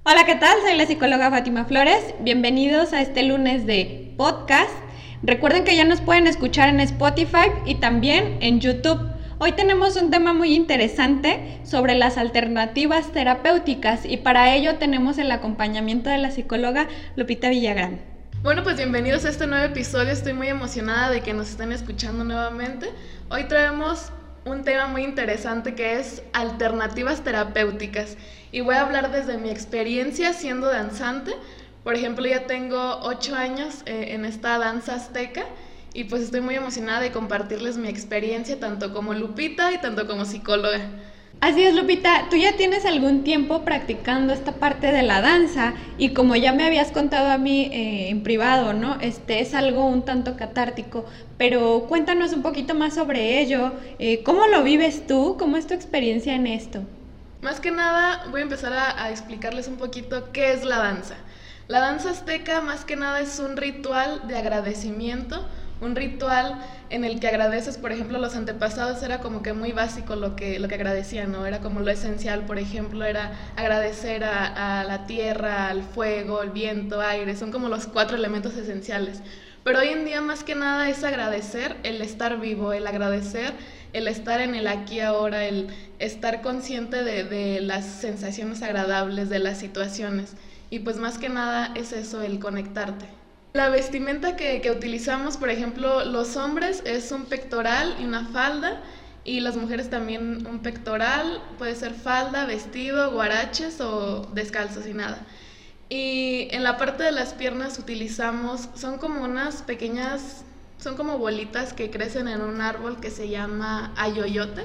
Hola, ¿qué tal? Soy la psicóloga Fátima Flores. Bienvenidos a este lunes de podcast. Recuerden que ya nos pueden escuchar en Spotify y también en YouTube. Hoy tenemos un tema muy interesante sobre las alternativas terapéuticas y para ello tenemos el acompañamiento de la psicóloga Lupita Villagrán. Bueno, pues bienvenidos a este nuevo episodio. Estoy muy emocionada de que nos estén escuchando nuevamente. Hoy traemos un tema muy interesante que es alternativas terapéuticas y voy a hablar desde mi experiencia siendo danzante. Por ejemplo, ya tengo 8 años en esta danza azteca y pues estoy muy emocionada de compartirles mi experiencia tanto como Lupita y tanto como psicóloga. Así es, Lupita, tú ya tienes algún tiempo practicando esta parte de la danza y como ya me habías contado a mí en privado, ¿no? Es algo un tanto catártico, pero cuéntanos un poquito más sobre ello. ¿Cómo lo vives tú? ¿Cómo es tu experiencia en esto? Más que nada voy a empezar a explicarles un poquito qué es la danza. La danza azteca más que nada es un ritual de agradecimiento, un ritual en el que agradeces, por ejemplo, los antepasados era como que muy básico lo que agradecían, ¿no? Era como lo esencial, por ejemplo, era agradecer a la tierra, al fuego, el viento, aire, son como los 4 elementos esenciales. Pero hoy en día más que nada es agradecer el estar vivo, el agradecer el estar en el aquí y ahora, el estar consciente de las sensaciones agradables, de las situaciones. Y pues más que nada es eso, el conectarte. La vestimenta que utilizamos, por ejemplo, los hombres es un pectoral y una falda, y las mujeres también un pectoral, puede ser falda, vestido, guaraches o descalzos y nada. Y en la parte de las piernas utilizamos, son como unas pequeñas, son como bolitas que crecen en un árbol que se llama ayoyote,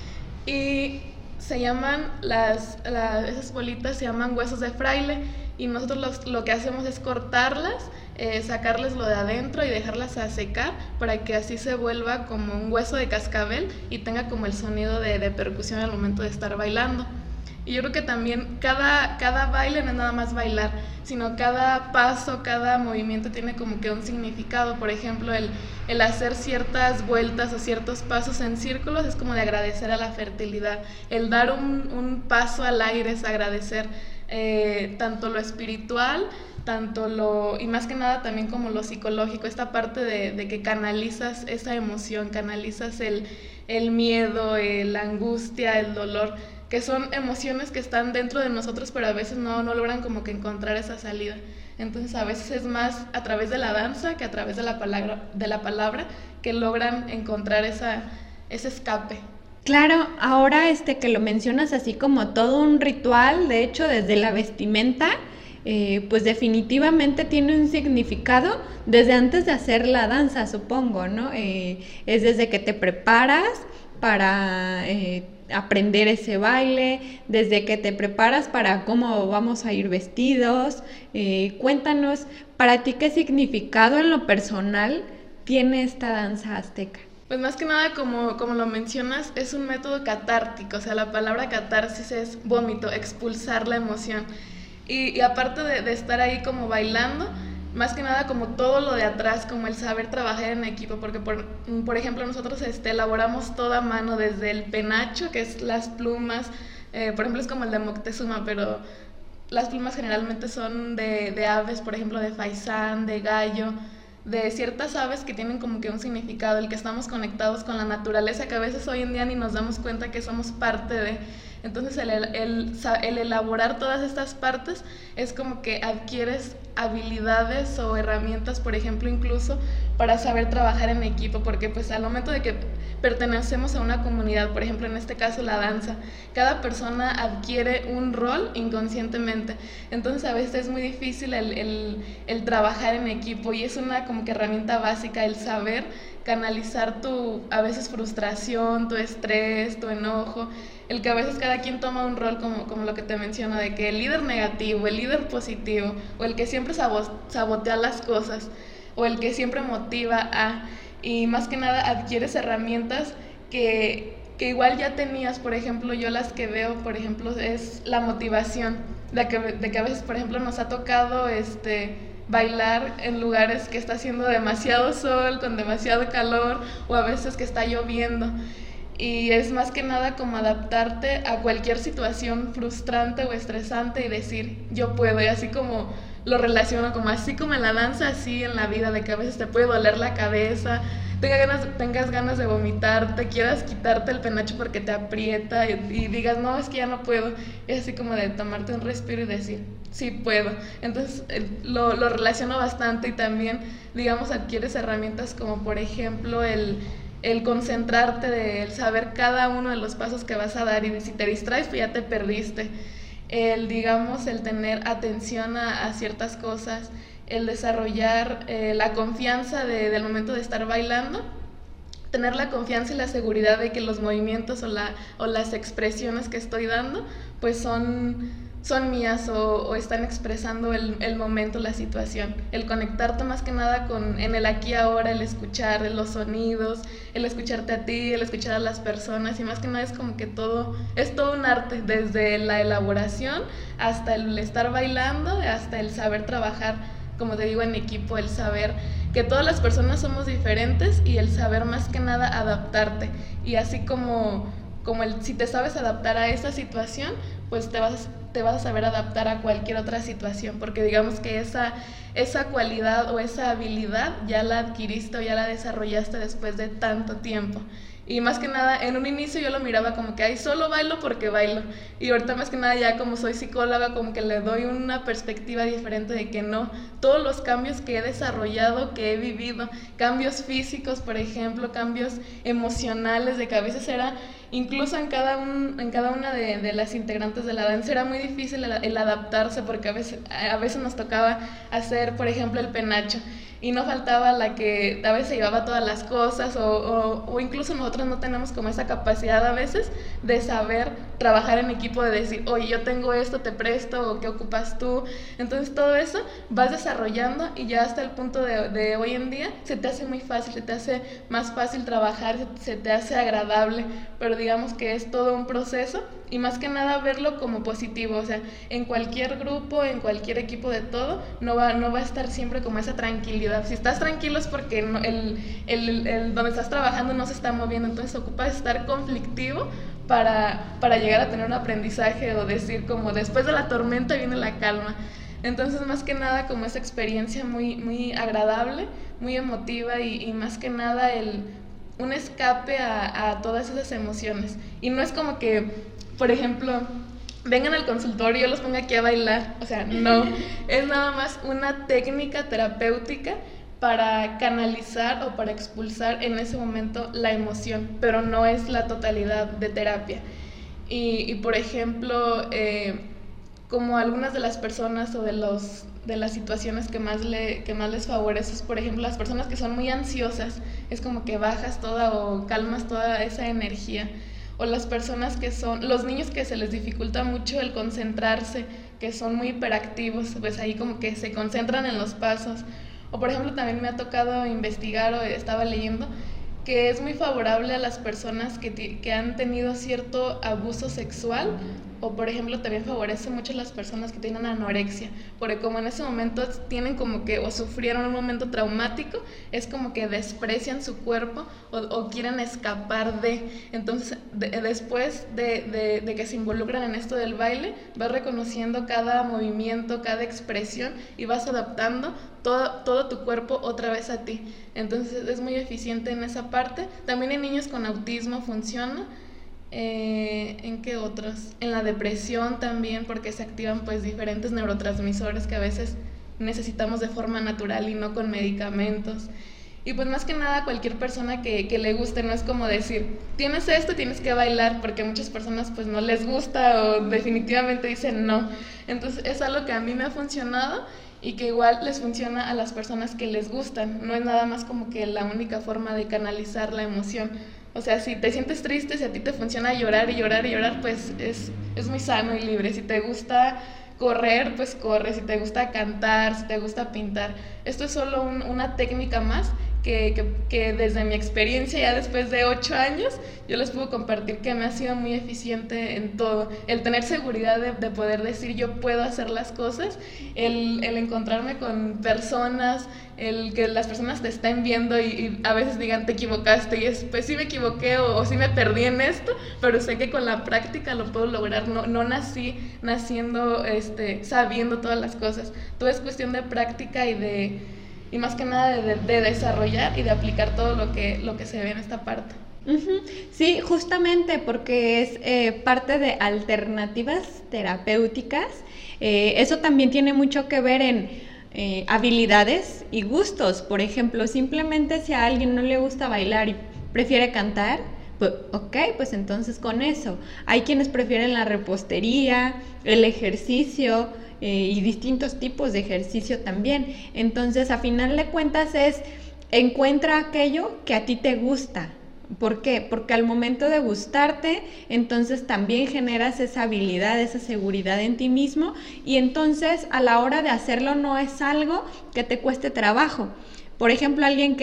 y se llaman, esas bolitas se llaman huesos de fraile, y nosotros lo que hacemos es cortarlas, sacarles lo de adentro y dejarlas a secar para que así se vuelva como un hueso de cascabel y tenga como el sonido de percusión al momento de estar bailando. Y yo creo que también cada baile no es nada más bailar, sino cada paso, cada movimiento tiene como que un significado. Por ejemplo, el hacer ciertas vueltas o ciertos pasos en círculos es como de agradecer a la fertilidad. El dar un paso al aire es agradecer tanto lo espiritual, y más que nada también como lo psicológico, esta parte de que canalizas esa emoción, canalizas el miedo, la angustia, el dolor, que son emociones que están dentro de nosotros, pero a veces no logran como que encontrar esa salida. Entonces a veces es más a través de la danza que a través de la palabra que logran encontrar ese escape. Claro, ahora que lo mencionas así como todo un ritual, de hecho desde la vestimenta, pues definitivamente tiene un significado desde antes de hacer la danza, supongo, ¿no? Es desde que te preparas para aprender ese baile, desde que te preparas para cómo vamos a ir vestidos. Cuéntanos, para ti, ¿qué significado en lo personal tiene esta danza azteca? Pues más que nada, como lo mencionas, es un método catártico, o sea, la palabra catarsis es vómito, expulsar la emoción. Y aparte de estar ahí como bailando, más que nada como todo lo de atrás, como el saber trabajar en equipo, porque por ejemplo nosotros elaboramos todo a mano, desde el penacho, que es las plumas, por ejemplo es como el de Moctezuma, pero las plumas generalmente son de aves, por ejemplo de faisán, de gallo, de ciertas aves que tienen como que un significado, el que estamos conectados con la naturaleza, que a veces hoy en día ni nos damos cuenta que somos parte de. Entonces el elaborar todas estas partes es como que adquieres habilidades o herramientas, por ejemplo, incluso para saber trabajar en equipo, porque pues al momento de que pertenecemos a una comunidad, por ejemplo en este caso la danza, cada persona adquiere un rol inconscientemente, entonces a veces es muy difícil el trabajar en equipo, y es una como que herramienta básica el saber canalizar tu a veces frustración, tu estrés, tu enojo, el que a veces cada quien toma un rol como lo que te menciono, de que el líder negativo, el líder positivo, o el que siempre sabotea las cosas, o el que siempre motiva y más que nada adquieres herramientas que igual ya tenías. Por ejemplo, yo las que veo, por ejemplo, es la motivación, de que a veces, por ejemplo, nos ha tocado bailar en lugares que está haciendo demasiado sol, con demasiado calor, o a veces que está lloviendo. y es más que nada como adaptarte a cualquier situación frustrante o estresante y decir, yo puedo, y así como lo relaciono, como así como en la danza, así en la vida, de que a veces te puede doler la cabeza, tengas ganas de vomitar, te quieras quitarte el penacho porque te aprieta y digas, no, es que ya no puedo. Es así como de tomarte un respiro y decir, sí puedo. Entonces lo relaciono bastante y también, digamos, adquieres herramientas como por ejemplo el concentrarte, el saber cada uno de los pasos que vas a dar, y si te distraes pues ya te perdiste. Digamos, el tener atención a ciertas cosas, el desarrollar la confianza del momento de estar bailando, tener la confianza y la seguridad de que los movimientos o las expresiones que estoy dando pues son mías o están expresando el momento, la situación. El conectarte más que nada en el aquí y ahora, el escuchar los sonidos, el escucharte a ti, el escuchar a las personas, y más que nada es como que es todo un arte, desde la elaboración hasta el estar bailando, hasta el saber trabajar, como te digo, en equipo, el saber que todas las personas somos diferentes y el saber más que nada adaptarte. Y así como si te sabes adaptar a esa situación, pues te vas a saber adaptar a cualquier otra situación, porque digamos que esa cualidad o esa habilidad ya la adquiriste o ya la desarrollaste después de tanto tiempo. Y más que nada, en un inicio yo lo miraba como que, ay, solo bailo porque bailo. Y ahorita más que nada ya como soy psicóloga, como que le doy una perspectiva diferente de que no, todos los cambios que he desarrollado, que he vivido, cambios físicos, por ejemplo, cambios emocionales, de que a veces era, incluso en cada una de las integrantes de la danza, era muy difícil el adaptarse, porque a veces nos tocaba hacer, por ejemplo, el penacho. Y no faltaba la que a veces llevaba todas las cosas o incluso nosotros no tenemos como esa capacidad a veces de saber trabajar en equipo, de decir, oye, yo tengo esto, te presto, o qué ocupas tú. Entonces todo eso vas desarrollando y ya hasta el punto de hoy en día se te hace muy fácil, se te hace más fácil trabajar, se te hace agradable, pero digamos que es todo un proceso y más que nada verlo como positivo. O sea, en cualquier grupo, en cualquier equipo de todo, no va a estar siempre como esa tranquilidad. Si estás tranquilo es porque donde estás trabajando no se está moviendo, entonces ocupas estar conflictivo para llegar a tener un aprendizaje, o decir como después de la tormenta viene la calma. Entonces más que nada como esa experiencia muy, muy agradable, muy emotiva y más que nada un escape a todas esas emociones. Y no es como que, por ejemplo, vengan al consultorio y yo los ponga aquí a bailar, o sea, no, es nada más una técnica terapéutica para canalizar o para expulsar en ese momento la emoción, pero no es la totalidad de terapia. Y por ejemplo, como algunas de las personas o de las situaciones que más les favorece es, por ejemplo, las personas que son muy ansiosas, es como que bajas toda o calmas toda esa energía. O las personas los niños que se les dificulta mucho el concentrarse, que son muy hiperactivos, pues ahí como que se concentran en los pasos. O por ejemplo también me ha tocado investigar o estaba leyendo que es muy favorable a las personas que han tenido cierto abuso sexual, o por ejemplo también favorece mucho a las personas que tienen anorexia, porque como en ese momento tienen como que o sufrieron un momento traumático, es como que desprecian su cuerpo o quieren escapar entonces después de que se involucran en esto del baile, vas reconociendo cada movimiento, cada expresión y vas adaptando todo tu cuerpo otra vez a ti. Entonces es muy eficiente en esa parte. También en niños con autismo funciona. ¿En qué otros? En la depresión también, porque se activan pues diferentes neurotransmisores que a veces necesitamos de forma natural y no con medicamentos. Y pues más que nada cualquier persona que le guste, no es como decir, tienes esto, tienes que bailar, porque a muchas personas pues no les gusta o definitivamente dicen no. Entonces es algo que a mí me ha funcionado y que igual les funciona a las personas que les gustan. No es nada más como que la única forma de canalizar la emoción. O sea, si te sientes triste, si a ti te funciona llorar y llorar y llorar, pues es muy sano y libre. Si te gusta correr, pues corre. Si te gusta cantar, si te gusta pintar. Esto es solo una técnica más que desde mi experiencia ya después de 8 años, yo les puedo compartir que me ha sido muy eficiente en todo. El tener seguridad de poder decir yo puedo hacer las cosas, el encontrarme con personas, el que las personas te estén viendo y a veces digan te equivocaste y es pues sí me equivoqué o sí me perdí en esto, pero sé que con la práctica lo puedo lograr. No nací naciendo sabiendo todas las cosas. Todo es cuestión de práctica y más que nada de desarrollar y de aplicar todo lo que se ve en esta parte. Sí, justamente porque es parte de alternativas terapéuticas. Eso también tiene mucho que ver en habilidades y gustos. Por ejemplo, simplemente si a alguien no le gusta bailar y prefiere cantar, pues, ok, pues entonces con eso. Hay quienes prefieren la repostería, el ejercicio y distintos tipos de ejercicio también. Entonces, a final de cuentas encuentra aquello que a ti te gusta. ¿Por qué? Porque al momento de gustarte, entonces también generas esa habilidad, esa seguridad en ti mismo y entonces a la hora de hacerlo no es algo que te cueste trabajo. Por ejemplo, alguien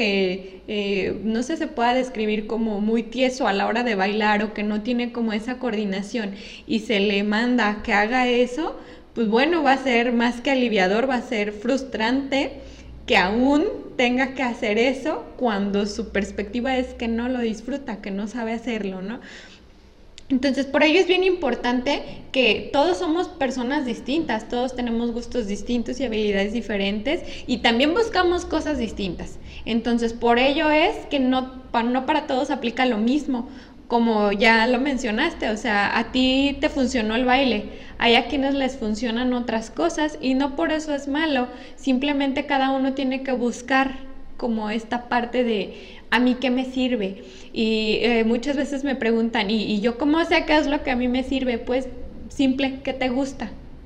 que no sé, se pueda describir como muy tieso a la hora de bailar o que no tiene como esa coordinación y se le manda que haga eso, pues bueno, va a ser más que aliviador, va a ser frustrante que aún tenga que hacer eso cuando su perspectiva es que no lo disfruta, que no sabe hacerlo, ¿no? Entonces, por ello es bien importante que todos somos personas distintas, todos tenemos gustos distintos y habilidades diferentes y también buscamos cosas distintas. Entonces, por ello es que no para todos aplica lo mismo, como ya lo mencionaste, o sea, a ti te funcionó el baile, hay a quienes les funcionan otras cosas y no por eso es malo, simplemente cada uno tiene que buscar como esta parte de a mí qué me sirve y muchas veces me preguntan ¿y yo cómo sé qué es lo que a mí me sirve? Pues simple, ¿qué te gusta?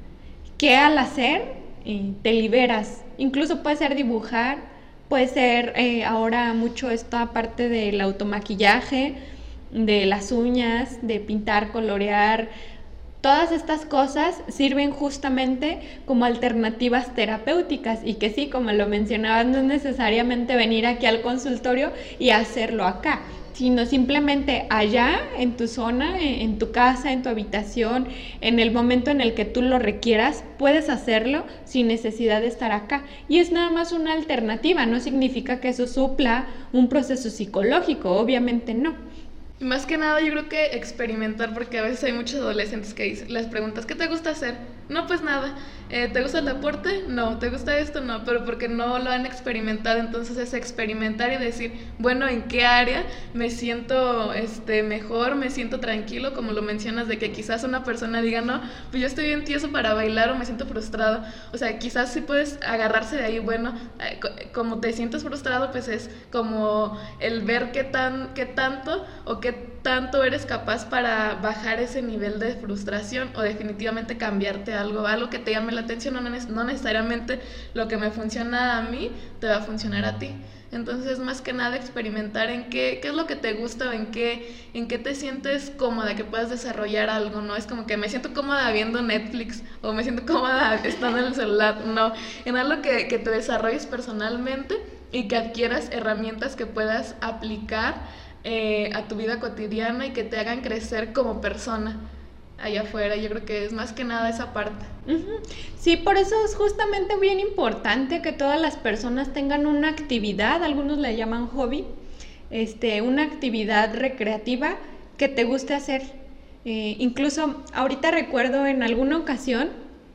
¿Qué al hacer te liberas? Incluso puede ser dibujar, puede ser ahora mucho esta parte del automaquillaje, de las uñas, de pintar, colorear. Todas estas cosas sirven justamente como alternativas terapéuticas y que sí, como lo mencionabas, no es necesariamente venir aquí al consultorio y hacerlo acá, sino simplemente allá en tu zona, en tu casa, en tu habitación, en el momento en el que tú lo requieras, puedes hacerlo sin necesidad de estar acá. Y es nada más una alternativa, no significa que eso supla un proceso psicológico, obviamente no. Más que nada yo creo que experimentar, porque a veces hay muchos adolescentes que les preguntas, ¿qué te gusta hacer? No, pues nada. ¿Te gusta el deporte? No. ¿Te gusta esto? No, pero porque no lo han experimentado, entonces es experimentar y decir, bueno, ¿en qué área me siento mejor, me siento tranquilo? Como lo mencionas, de que quizás una persona diga, no, pues yo estoy bien tieso para bailar o me siento frustrado. O sea, quizás sí puedes agarrarse de ahí, bueno, como te sientes frustrado, pues es como el ver qué tanto o qué tanto eres capaz para bajar ese nivel de frustración o definitivamente cambiarte algo que te llame la atención. No necesariamente lo que me funciona a mí te va a funcionar a ti. Entonces, más que nada, experimentar en qué es lo que te gusta o en qué te sientes cómoda, que puedas desarrollar algo, ¿no? Es como que me siento cómoda viendo Netflix o me siento cómoda estando en el celular, no. En algo que te desarrolles personalmente y que adquieras herramientas que puedas aplicar a tu vida cotidiana y que te hagan crecer como persona allá afuera. Yo creo que es más que nada esa parte. Sí, por eso es justamente bien importante que todas las personas tengan una actividad, algunos le llaman hobby, una actividad recreativa que te guste hacer. Incluso ahorita recuerdo en alguna ocasión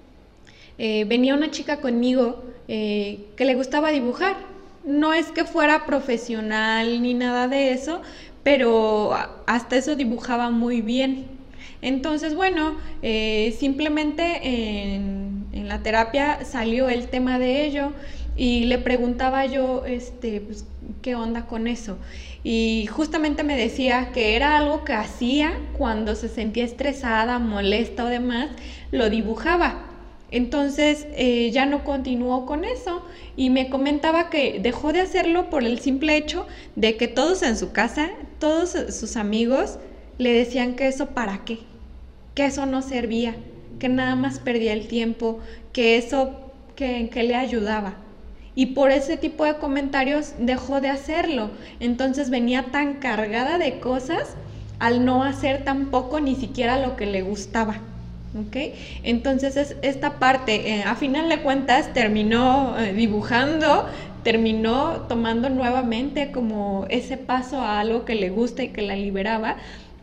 venía una chica conmigo que le gustaba dibujar. No es que fuera profesional ni nada de eso, pero hasta eso dibujaba muy bien. Entonces, bueno, simplemente en la terapia salió el tema de ello y le preguntaba yo, pues, ¿qué onda con eso? Y justamente me decía que era algo que hacía cuando se sentía estresada, molesta o demás, lo dibujaba. Entonces ya no continuó con eso y me comentaba que dejó de hacerlo por el simple hecho de que todos en su casa, todos sus amigos le decían que eso para qué, que eso no servía, que nada más perdía el tiempo, que eso que le ayudaba. y por ese tipo de comentarios dejó de hacerlo. Entonces venía tan cargada de cosas al no hacer tampoco ni siquiera lo que le gustaba. ¿Ok? Entonces es esta parte, a final de cuentas terminó dibujando, terminó tomando nuevamente como ese paso a algo que le gusta y que la liberaba,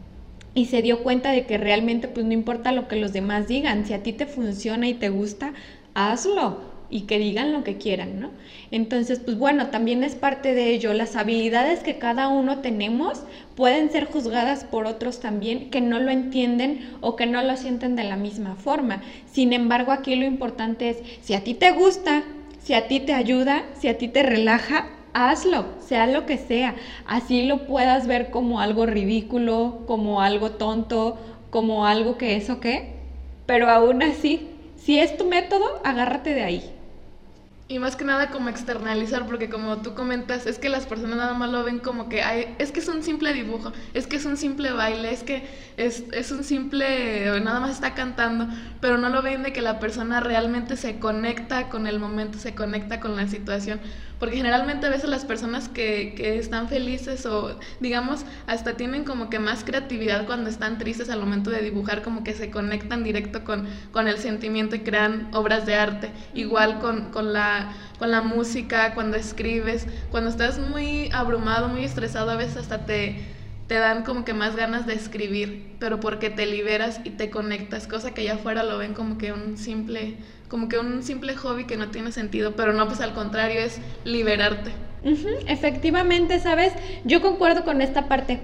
y se dio cuenta de que realmente pues no importa lo que los demás digan, si a ti te funciona y te gusta, hazlo y que digan lo que quieran, ¿no? Entonces, pues bueno, también es parte de ello. Las habilidades que cada uno tenemos pueden ser juzgadas por otros también que no lo entienden o que no lo sienten de la misma forma. Sin embargo, aquí lo importante es, si a ti te gusta, si a ti te ayuda, si a ti te relaja, hazlo, sea lo que sea. Así lo puedas ver como algo ridículo, como algo tonto, como algo que eso qué, pero aún así, si es tu método, agárrate de ahí. Y más que nada como externalizar, porque como tú comentas, es que las personas nada más lo ven como que es que es un simple dibujo, es que es un simple baile, es que es un simple, nada más está cantando, pero no lo ven de que la persona realmente se conecta con el momento, se conecta con la situación. Porque generalmente a veces las personas que están felices o digamos hasta tienen como que más creatividad cuando están tristes al momento de dibujar, como que se conectan directo con el sentimiento y crean obras de arte. Igual con la música, cuando escribes, cuando estás muy abrumado, muy estresado, a veces hasta te dan como que más ganas de escribir, pero porque te liberas y te conectas, cosa que allá afuera lo ven como que un simple hobby que no tiene sentido, pero no, pues al contrario, es liberarte. Efectivamente, ¿sabes? Yo concuerdo con esta parte.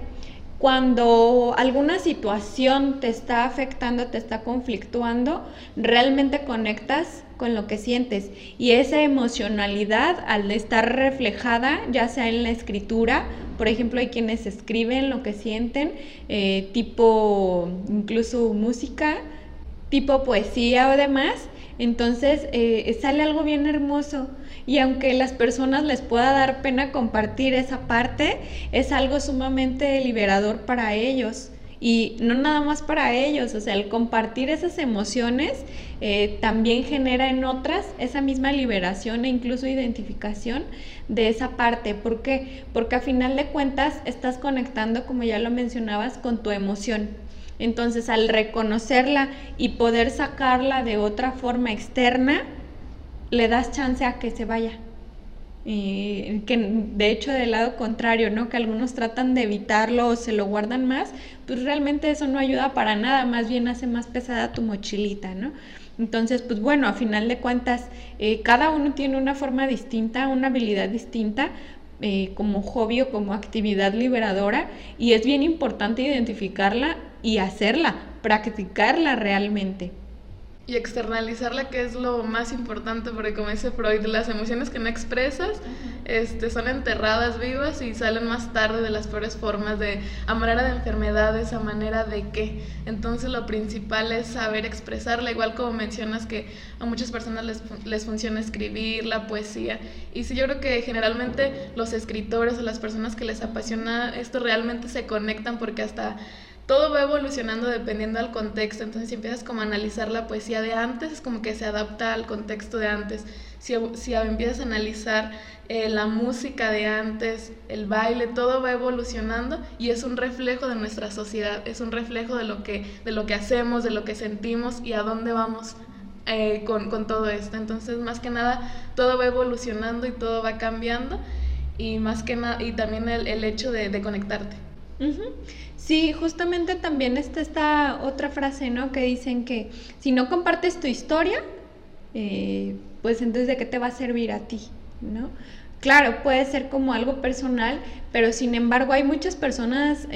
Cuando alguna situación te está afectando, te está conflictuando, realmente conectas con lo que sientes, y esa emocionalidad al estar reflejada ya sea en la escritura, por ejemplo hay quienes escriben lo que sienten, tipo incluso música, tipo poesía o demás, entonces sale algo bien hermoso, y aunque las personas les pueda dar pena compartir esa parte, es algo sumamente liberador para ellos. Y no nada más para ellos, o sea, el compartir esas emociones también genera en otras esa misma liberación e incluso identificación de esa parte. ¿Por qué? Porque a final de cuentas estás conectando, como ya lo mencionabas, con tu emoción. Entonces, al reconocerla y poder sacarla de otra forma externa, le das chance a que se vaya. Que de hecho del lado contrario, ¿no? Que algunos tratan de evitarlo o se lo guardan más, pues realmente eso no ayuda para nada, más bien hace más pesada tu mochilita, ¿no? Entonces, pues bueno, a final de cuentas, cada uno tiene una forma distinta, una habilidad distinta, como hobby o como actividad liberadora, y es bien importante identificarla y hacerla, practicarla realmente. Y externalizarla, que es lo más importante, porque como dice Freud, las emociones que no expresas son enterradas vivas y salen más tarde de las peores formas, a manera de enfermedades, a manera de qué. Entonces lo principal es saber expresarla, igual como mencionas que a muchas personas les funciona escribir, la poesía. Y sí, yo creo que generalmente los escritores o las personas que les apasiona esto realmente se conectan, porque hasta todo va evolucionando dependiendo del contexto. Entonces si empiezas como a analizar la poesía de antes, es como que se adapta al contexto de antes. Si empiezas a analizar la música de antes, el baile, todo va evolucionando y es un reflejo de nuestra sociedad, es un reflejo de lo que hacemos, de lo que sentimos y a dónde vamos con todo esto. Entonces más que nada todo va evolucionando y todo va cambiando, y más que nada, y también el hecho de conectarte. Sí, justamente también está esta otra frase, ¿no? Que dicen que si no compartes tu historia, pues entonces ¿de qué te va a servir a ti, ¿no? Claro, puede ser como algo personal, pero sin embargo hay muchas personas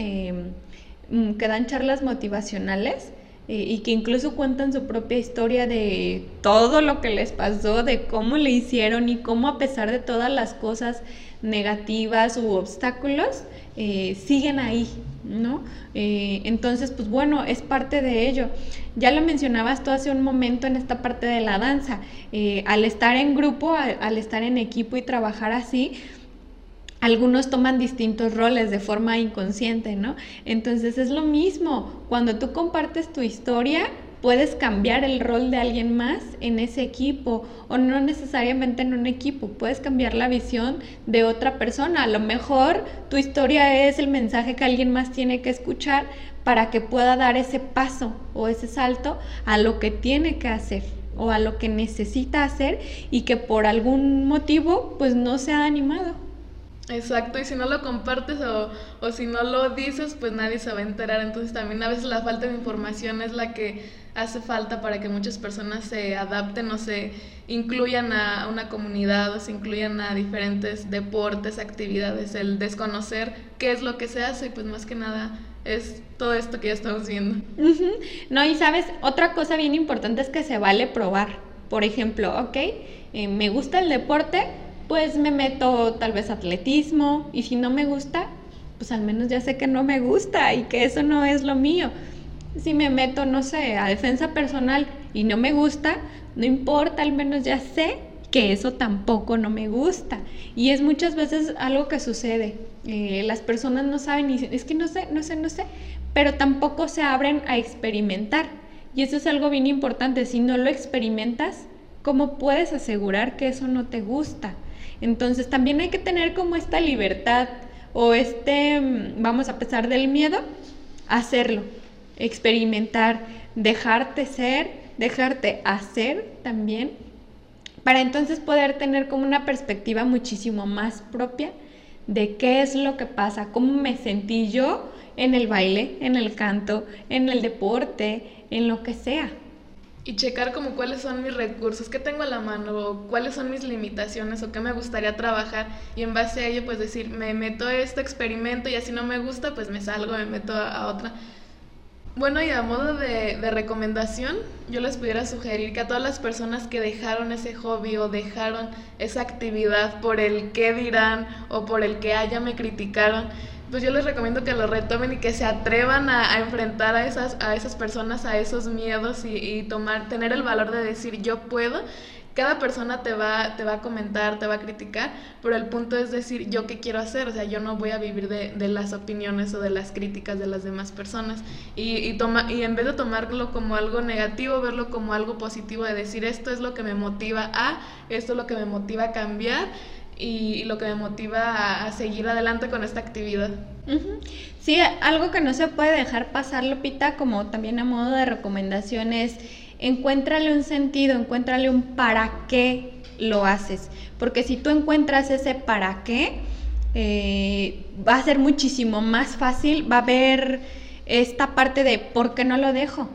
que dan charlas motivacionales y que incluso cuentan su propia historia de todo lo que les pasó, de cómo le hicieron y cómo a pesar de todas las cosas negativas u obstáculos, siguen ahí, ¿no? Entonces, pues bueno, es parte de ello. Ya lo mencionabas tú hace un momento en esta parte de la danza, al estar en grupo, al estar en equipo y trabajar así, algunos toman distintos roles de forma inconsciente, ¿no? Entonces es lo mismo, cuando tú compartes tu historia, puedes cambiar el rol de alguien más en ese equipo, o no necesariamente en un equipo, puedes cambiar la visión de otra persona. A lo mejor tu historia es el mensaje que alguien más tiene que escuchar para que pueda dar ese paso o ese salto a lo que tiene que hacer o a lo que necesita hacer y que por algún motivo pues no se ha animado. Exacto, y si no lo compartes o si no lo dices, pues nadie se va a enterar. Entonces también a veces la falta de información es la que hace falta para que muchas personas se adapten o se incluyan a una comunidad o se incluyan a diferentes deportes, actividades. El desconocer qué es lo que se hace, pues más que nada es todo esto que ya estamos viendo. No, y sabes, otra cosa bien importante es que se vale probar. Por ejemplo, me gusta el deporte, pues me meto tal vez a atletismo, y si no me gusta, pues al menos ya sé que no me gusta y que eso no es lo mío. Si me meto, no sé, a defensa personal y no me gusta, no importa, al menos ya sé que eso tampoco no me gusta. Y es muchas veces algo que sucede. Las personas no saben y dicen, es que no sé, pero tampoco se abren a experimentar. Y eso es algo bien importante. Si no lo experimentas, ¿cómo puedes asegurar que eso no te gusta? Entonces también hay que tener como esta libertad o vamos, a pesar del miedo, hacerlo, experimentar, dejarte ser, dejarte hacer también, para entonces poder tener como una perspectiva muchísimo más propia de qué es lo que pasa, cómo me sentí yo en el baile, en el canto, en el deporte, en lo que sea. Y checar como cuáles son mis recursos, qué tengo a la mano, o cuáles son mis limitaciones, o qué me gustaría trabajar, y en base a ello pues decir, me meto a este experimento y así no me gusta, pues me salgo, me meto a otra. Bueno, y a modo de recomendación, yo les pudiera sugerir que a todas las personas que dejaron ese hobby o dejaron esa actividad por el qué dirán o por el que ya me criticaron, pues yo les recomiendo que lo retomen y que se atrevan a enfrentar a esas personas, a esos miedos y tener el valor de decir yo puedo. Cada persona te va a comentar, te va a criticar, pero el punto es decir yo qué quiero hacer. O sea, yo no voy a vivir de las opiniones o de las críticas de las demás personas, y en vez de tomarlo como algo negativo, verlo como algo positivo, de decir esto es lo que me motiva esto es lo que me motiva a cambiar y lo que me motiva a seguir adelante con esta actividad. Sí, algo que no se puede dejar pasar, Lupita, como también a modo de recomendación, es encuéntrale un sentido, encuéntrale un para qué lo haces, porque si tú encuentras ese para qué, va a ser muchísimo más fácil, va a haber esta parte de ¿por qué no lo dejo?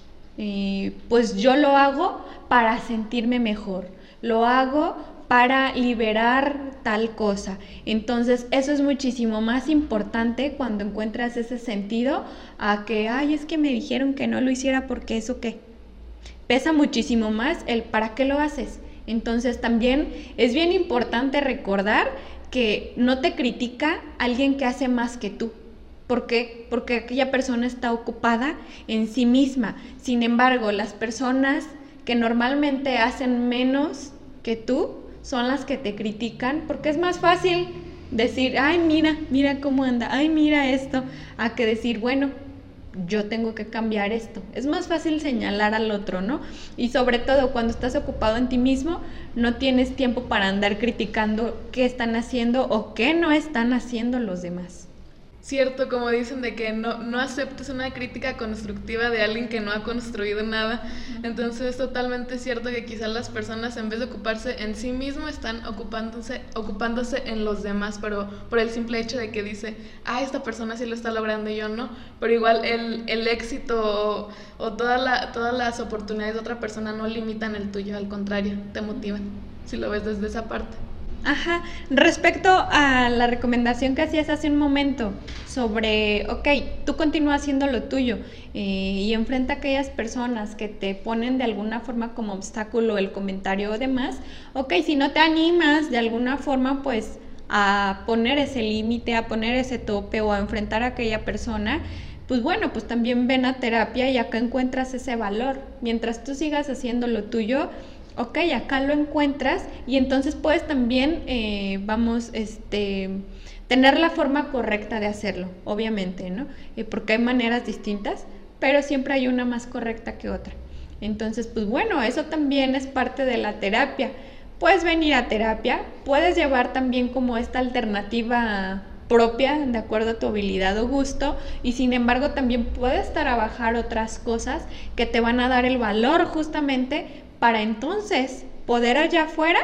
Pues yo lo hago para sentirme mejor, lo hago para liberar tal cosa. Entonces eso es muchísimo más importante cuando encuentras ese sentido a que, es que me dijeron que no lo hiciera porque eso qué. Pesa muchísimo más el para qué lo haces. Entonces también es bien importante recordar que no te critica alguien que hace más que tú. ¿Por qué? Porque aquella persona está ocupada en sí misma. Sin embargo, las personas que normalmente hacen menos que tú son las que te critican, porque es más fácil decir, mira cómo anda, mira esto, a que decir, bueno, yo tengo que cambiar esto. Es más fácil señalar al otro, ¿no? Y sobre todo cuando estás ocupado en ti mismo, no tienes tiempo para andar criticando qué están haciendo o qué no están haciendo los demás. Cierto, como dicen, de que no aceptes una crítica constructiva de alguien que no ha construido nada. Entonces es totalmente cierto que quizás las personas, en vez de ocuparse en sí mismo, están ocupándose en los demás, pero por el simple hecho de que dice, esta persona sí lo está logrando y yo no. Pero igual el éxito o todas las oportunidades de otra persona no limitan el tuyo, al contrario, te motivan, si lo ves desde esa parte. Respecto a la recomendación que hacías hace un momento sobre, tú continúa haciendo lo tuyo y enfrenta a aquellas personas que te ponen de alguna forma como obstáculo el comentario o demás, si no te animas de alguna forma pues a poner ese límite, a poner ese tope o a enfrentar a aquella persona, pues bueno, pues también ven a terapia y acá encuentras ese valor. Mientras tú sigas haciendo lo tuyo, acá lo encuentras y entonces puedes también, tener la forma correcta de hacerlo, obviamente, ¿no? Porque hay maneras distintas, pero siempre hay una más correcta que otra. Entonces, pues bueno, eso también es parte de la terapia. Puedes venir a terapia, puedes llevar también como esta alternativa propia, de acuerdo a tu habilidad o gusto, y sin embargo también puedes trabajar otras cosas que te van a dar el valor justamente para entonces poder allá afuera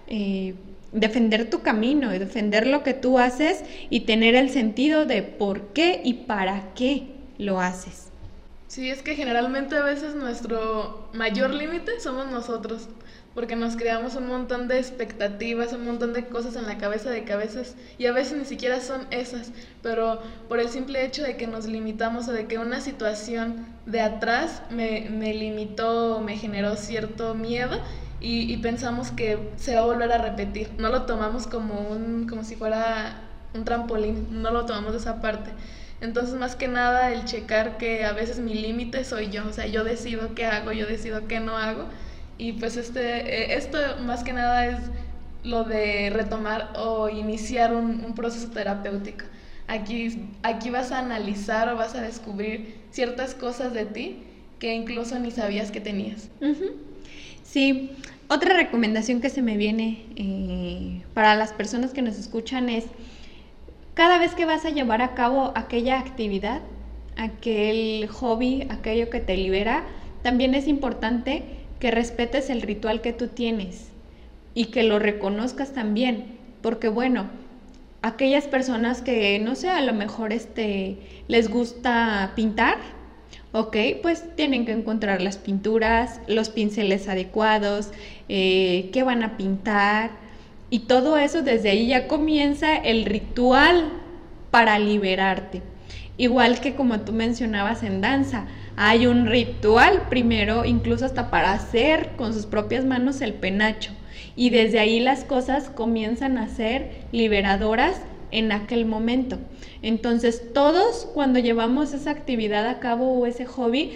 defender tu camino y defender lo que tú haces y tener el sentido de por qué y para qué lo haces. Sí, es que generalmente a veces nuestro mayor límite somos nosotros, porque nos creamos un montón de expectativas, un montón de cosas en la cabeza de que a veces, y a veces ni siquiera son esas, pero por el simple hecho de que nos limitamos o de que una situación de atrás me limitó, me generó cierto miedo y pensamos que se va a volver a repetir. No lo tomamos como si fuera un trampolín, no lo tomamos de esa parte. Entonces, más que nada, el checar que a veces mi límite soy yo, o sea, yo decido qué hago, yo decido qué no hago. Y pues esto más que nada es lo de retomar o iniciar un proceso terapéutico. Aquí vas a analizar o vas a descubrir ciertas cosas de ti que incluso ni sabías que tenías. Uh-huh. Sí, otra recomendación que se me viene para las personas que nos escuchan es: cada vez que vas a llevar a cabo aquella actividad, aquel hobby, aquello que te libera, también es importante que respetes el ritual que tú tienes y que lo reconozcas también, porque bueno, aquellas personas que, no sé, a lo mejor les gusta pintar, ok, pues tienen que encontrar las pinturas, los pinceles adecuados, qué van a pintar, y todo eso desde ahí ya comienza el ritual para liberarte. Igual que como tú mencionabas en danza, hay un ritual primero, incluso hasta para hacer con sus propias manos el penacho. Y desde ahí las cosas comienzan a ser liberadoras en aquel momento. Entonces todos, cuando llevamos esa actividad a cabo o ese hobby,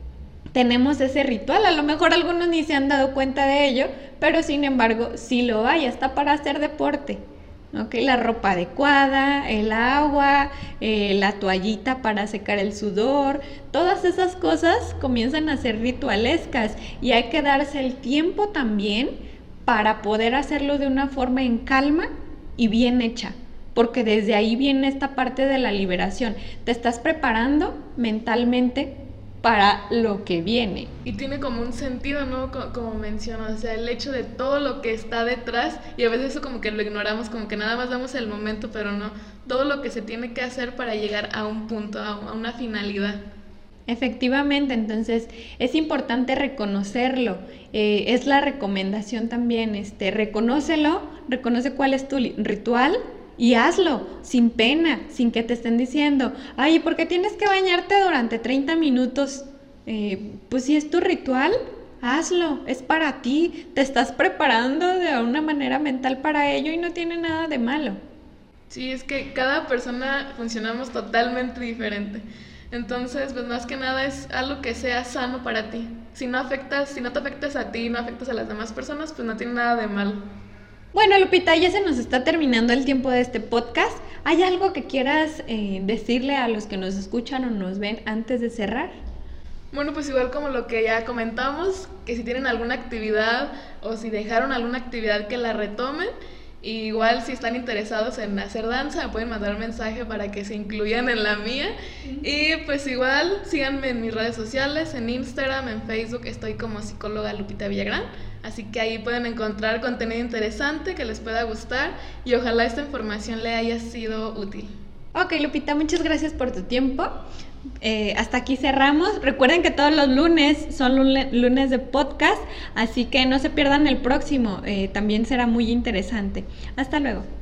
tenemos ese ritual. A lo mejor algunos ni se han dado cuenta de ello, pero sin embargo sí lo hay, hasta para hacer deporte. Okay, la ropa adecuada, el agua, la toallita para secar el sudor, todas esas cosas comienzan a ser ritualescas y hay que darse el tiempo también para poder hacerlo de una forma en calma y bien hecha, porque desde ahí viene esta parte de la liberación. Te estás preparando mentalmente para lo que viene. Y tiene como un sentido, ¿no? Como mencionas, o sea, el hecho de todo lo que está detrás, y a veces eso como que lo ignoramos, como que nada más damos el momento, pero no, todo lo que se tiene que hacer para llegar a un punto, a una finalidad. Efectivamente, entonces es importante reconocerlo, es la recomendación también, reconócelo, reconoce cuál es tu ritual, y hazlo sin pena, sin que te estén diciendo, ay, ¿por qué tienes que bañarte durante 30 minutos? Pues si es tu ritual, hazlo, es para ti, te estás preparando de una manera mental para ello y no tiene nada de malo. Sí, es que cada persona funcionamos totalmente diferente. Entonces, pues más que nada es algo que sea sano para ti. Si no te afectas a ti, no afectas a las demás personas, pues no tiene nada de malo. Bueno, Lupita, ya se nos está terminando el tiempo de este podcast. ¿Hay algo que quieras decirle a los que nos escuchan o nos ven antes de cerrar? Bueno, pues igual como lo que ya comentamos, que si tienen alguna actividad o si dejaron alguna actividad que la retomen. Igual si están interesados en hacer danza, me pueden mandar un mensaje para que se incluyan en la mía. Y pues igual síganme en mis redes sociales, en Instagram, en Facebook, estoy como psicóloga Lupita Villagrán. Así que ahí pueden encontrar contenido interesante que les pueda gustar y ojalá esta información le haya sido útil. Ok, Lupita, muchas gracias por tu tiempo. Hasta aquí cerramos. Recuerden que todos los lunes son lunes de podcast, así que no se pierdan el próximo, también será muy interesante. Hasta luego.